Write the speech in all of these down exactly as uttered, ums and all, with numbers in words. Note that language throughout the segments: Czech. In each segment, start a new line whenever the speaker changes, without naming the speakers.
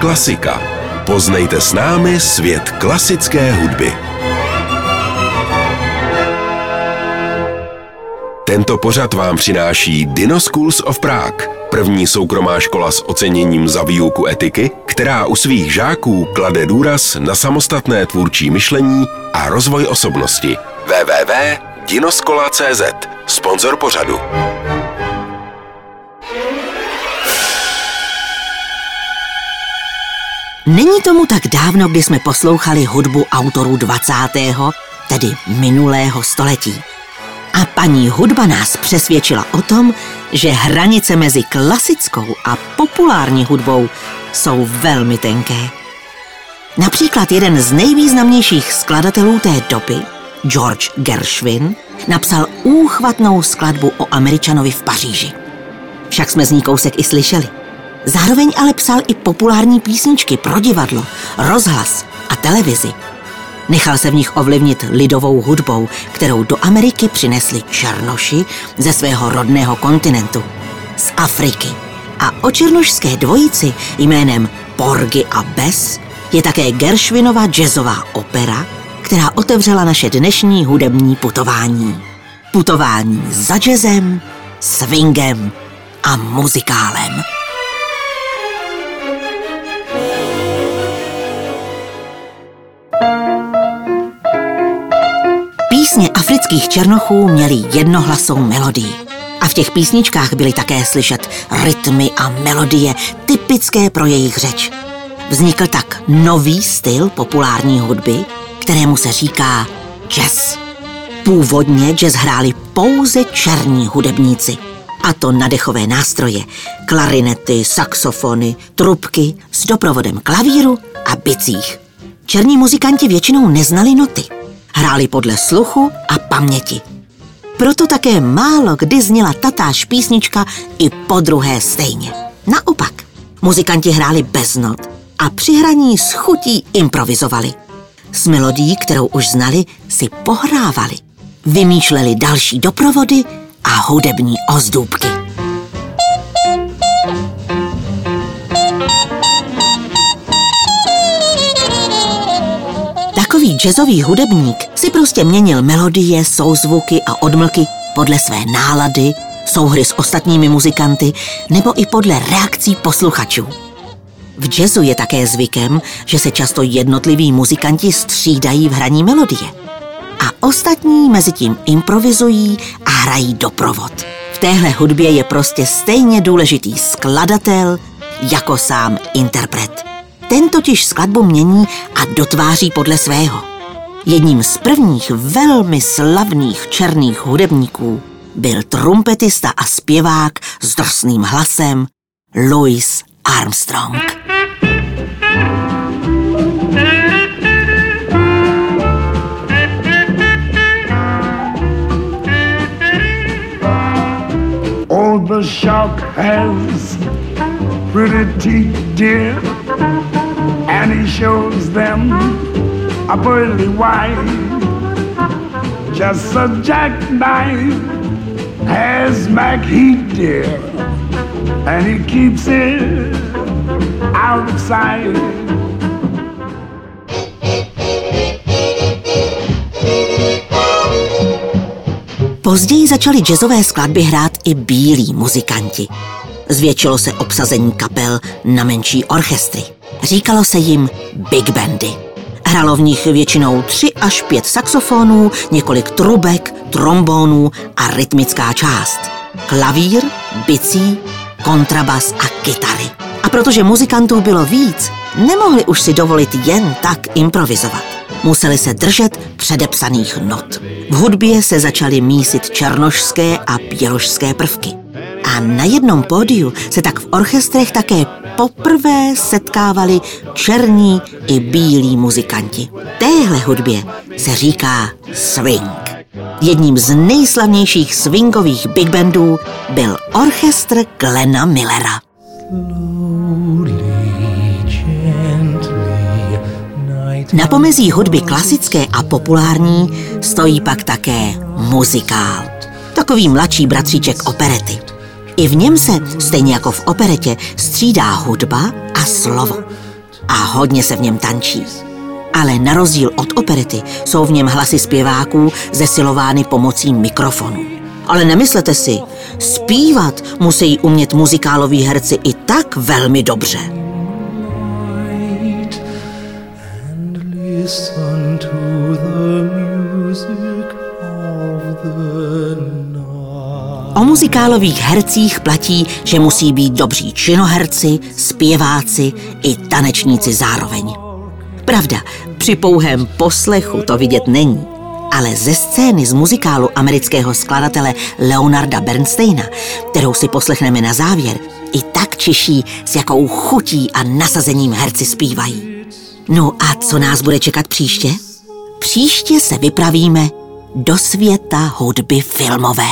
Klasika. Poznejte s námi svět klasické hudby. Tento pořad vám přináší Dino Schools of Prague, první soukromá škola s oceněním za výuku etiky, která u svých žáků klade důraz na samostatné tvůrčí myšlení a rozvoj osobnosti. w w w tečka dinoskola tečka c z, sponzor pořadu.
Není tomu tak dávno, kdy jsme poslouchali hudbu autorů dvacátého, tedy minulého století. A paní hudba nás přesvědčila o tom, že hranice mezi klasickou a populární hudbou jsou velmi tenké. Například jeden z nejvýznamnějších skladatelů té doby, George Gershwin, napsal úchvatnou skladbu o Američanovi v Paříži. Však jsme z ní kousek i slyšeli. Zároveň ale psal i populární písničky pro divadlo, rozhlas a televizi. Nechal se v nich ovlivnit lidovou hudbou, kterou do Ameriky přinesli černoši ze svého rodného kontinentu, z Afriky. A o černošské dvojici jménem Porgy a Bess je také Gershwinova jazzová opera, která otevřela naše dnešní hudební putování. Putování za jazzem, swingem a muzikálem. Písně afrických černochů měly jednohlasou melodii. A v těch písničkách byly také slyšet rytmy a melodie typické pro jejich řeč. Vznikl tak nový styl populární hudby, kterému se říká jazz. Původně jazz hráli pouze černí hudebníci. A to na dechové nástroje, klarinety, saxofony, trubky s doprovodem klavíru a bicích. Černí muzikanti většinou neznali noty. Hráli podle sluchu a paměti. Proto také málo kdy zněla tatáž písnička i podruhé stejně. Naopak, muzikanti hráli bez not a při hraní s chutí improvizovali. S melodií, kterou už znali, si pohrávali. Vymýšleli další doprovody a hudební ozdůbky. Takový jazzový hudebník si prostě měnil melodie, souzvuky a odmlky podle své nálady, souhry s ostatními muzikanty nebo i podle reakcí posluchačů. V jazzu je také zvykem, že se často jednotliví muzikanti střídají v hraní melodie. A ostatní mezitím improvizují a hrají doprovod. V téhle hudbě je prostě stejně důležitý skladatel jako sám interpret. Ten totiž skladbu mění a dotváří podle svého. Jedním z prvních velmi slavných černých hudebníků byl trumpetista a zpěvák s drsným hlasem Louis Armstrong.
Oh, the shark has pretty teeth, dear, and he shows them a pearly white. Just a jackknife has McHeath, dear, and he keeps it out of sight.
Později začali jazzové skladby hrát i bílí muzikanti. Zvětšilo se obsazení kapel na menší orchestry. Říkalo se jim big bandy. Hralo v nich většinou tři až pět saxofonů, několik trubek, trombónů a rytmická část. Klavír, bicí, kontrabas a kytary. A protože muzikantů bylo víc, nemohli už si dovolit jen tak improvizovat. Museli se držet předepsaných not. V hudbě se začaly mísit černošské a běložské prvky. A na jednom pódiu se tak v orchestrech také poprvé setkávali černí i bílí muzikanti. Téhle hudbě se říká swing. Jedním z nejslavnějších swingových big bandů byl orchestr Glenna Millera. Na pomezí hudby klasické a populární stojí pak také muzikál. Takový mladší bratříček operety. I v něm se, stejně jako v operetě, střídá hudba a slovo. a hodně se v něm tančí. Ale na rozdíl od operety jsou v něm hlasy zpěváků zesilovány pomocí mikrofonu. Ale nemyslete si, zpívat musí umět muzikáloví herci i tak velmi dobře. O muzikálových hercích platí, že musí být dobří činoherci, zpěváci i tanečníci zároveň. Pravda, při pouhém poslechu to vidět není, ale ze scény z muzikálu amerického skladatele Leonarda Bernsteina, kterou si poslechneme na závěr, i tak čiší, s jakou chutí a nasazením herci zpívají. No a co nás bude čekat příště? Příště se vypravíme do světa hudby filmové.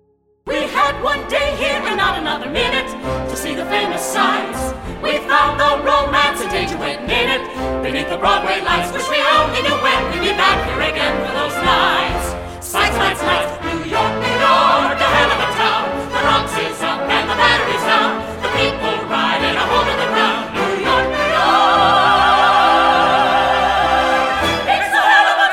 Beneath the Broadway lights, wish we only knew when we'd be back here again for those nights. Sights, lights, lights, New York, New York, a hell of a town. The Bronx is up and the Battery's down. The people riding a hole in the ground. New York, New York, it's a hell of a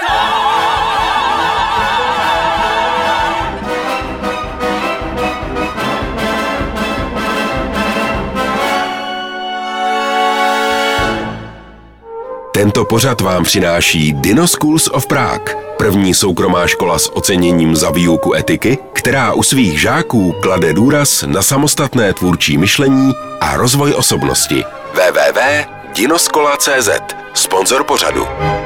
Tento pořad vám přináší Dino Schools of Prague, první soukromá škola s oceněním za výuku etiky, která u svých žáků klade důraz na samostatné tvůrčí myšlení a rozvoj osobnosti. w w w tečka dinoskola tečka cz, sponzor pořadu.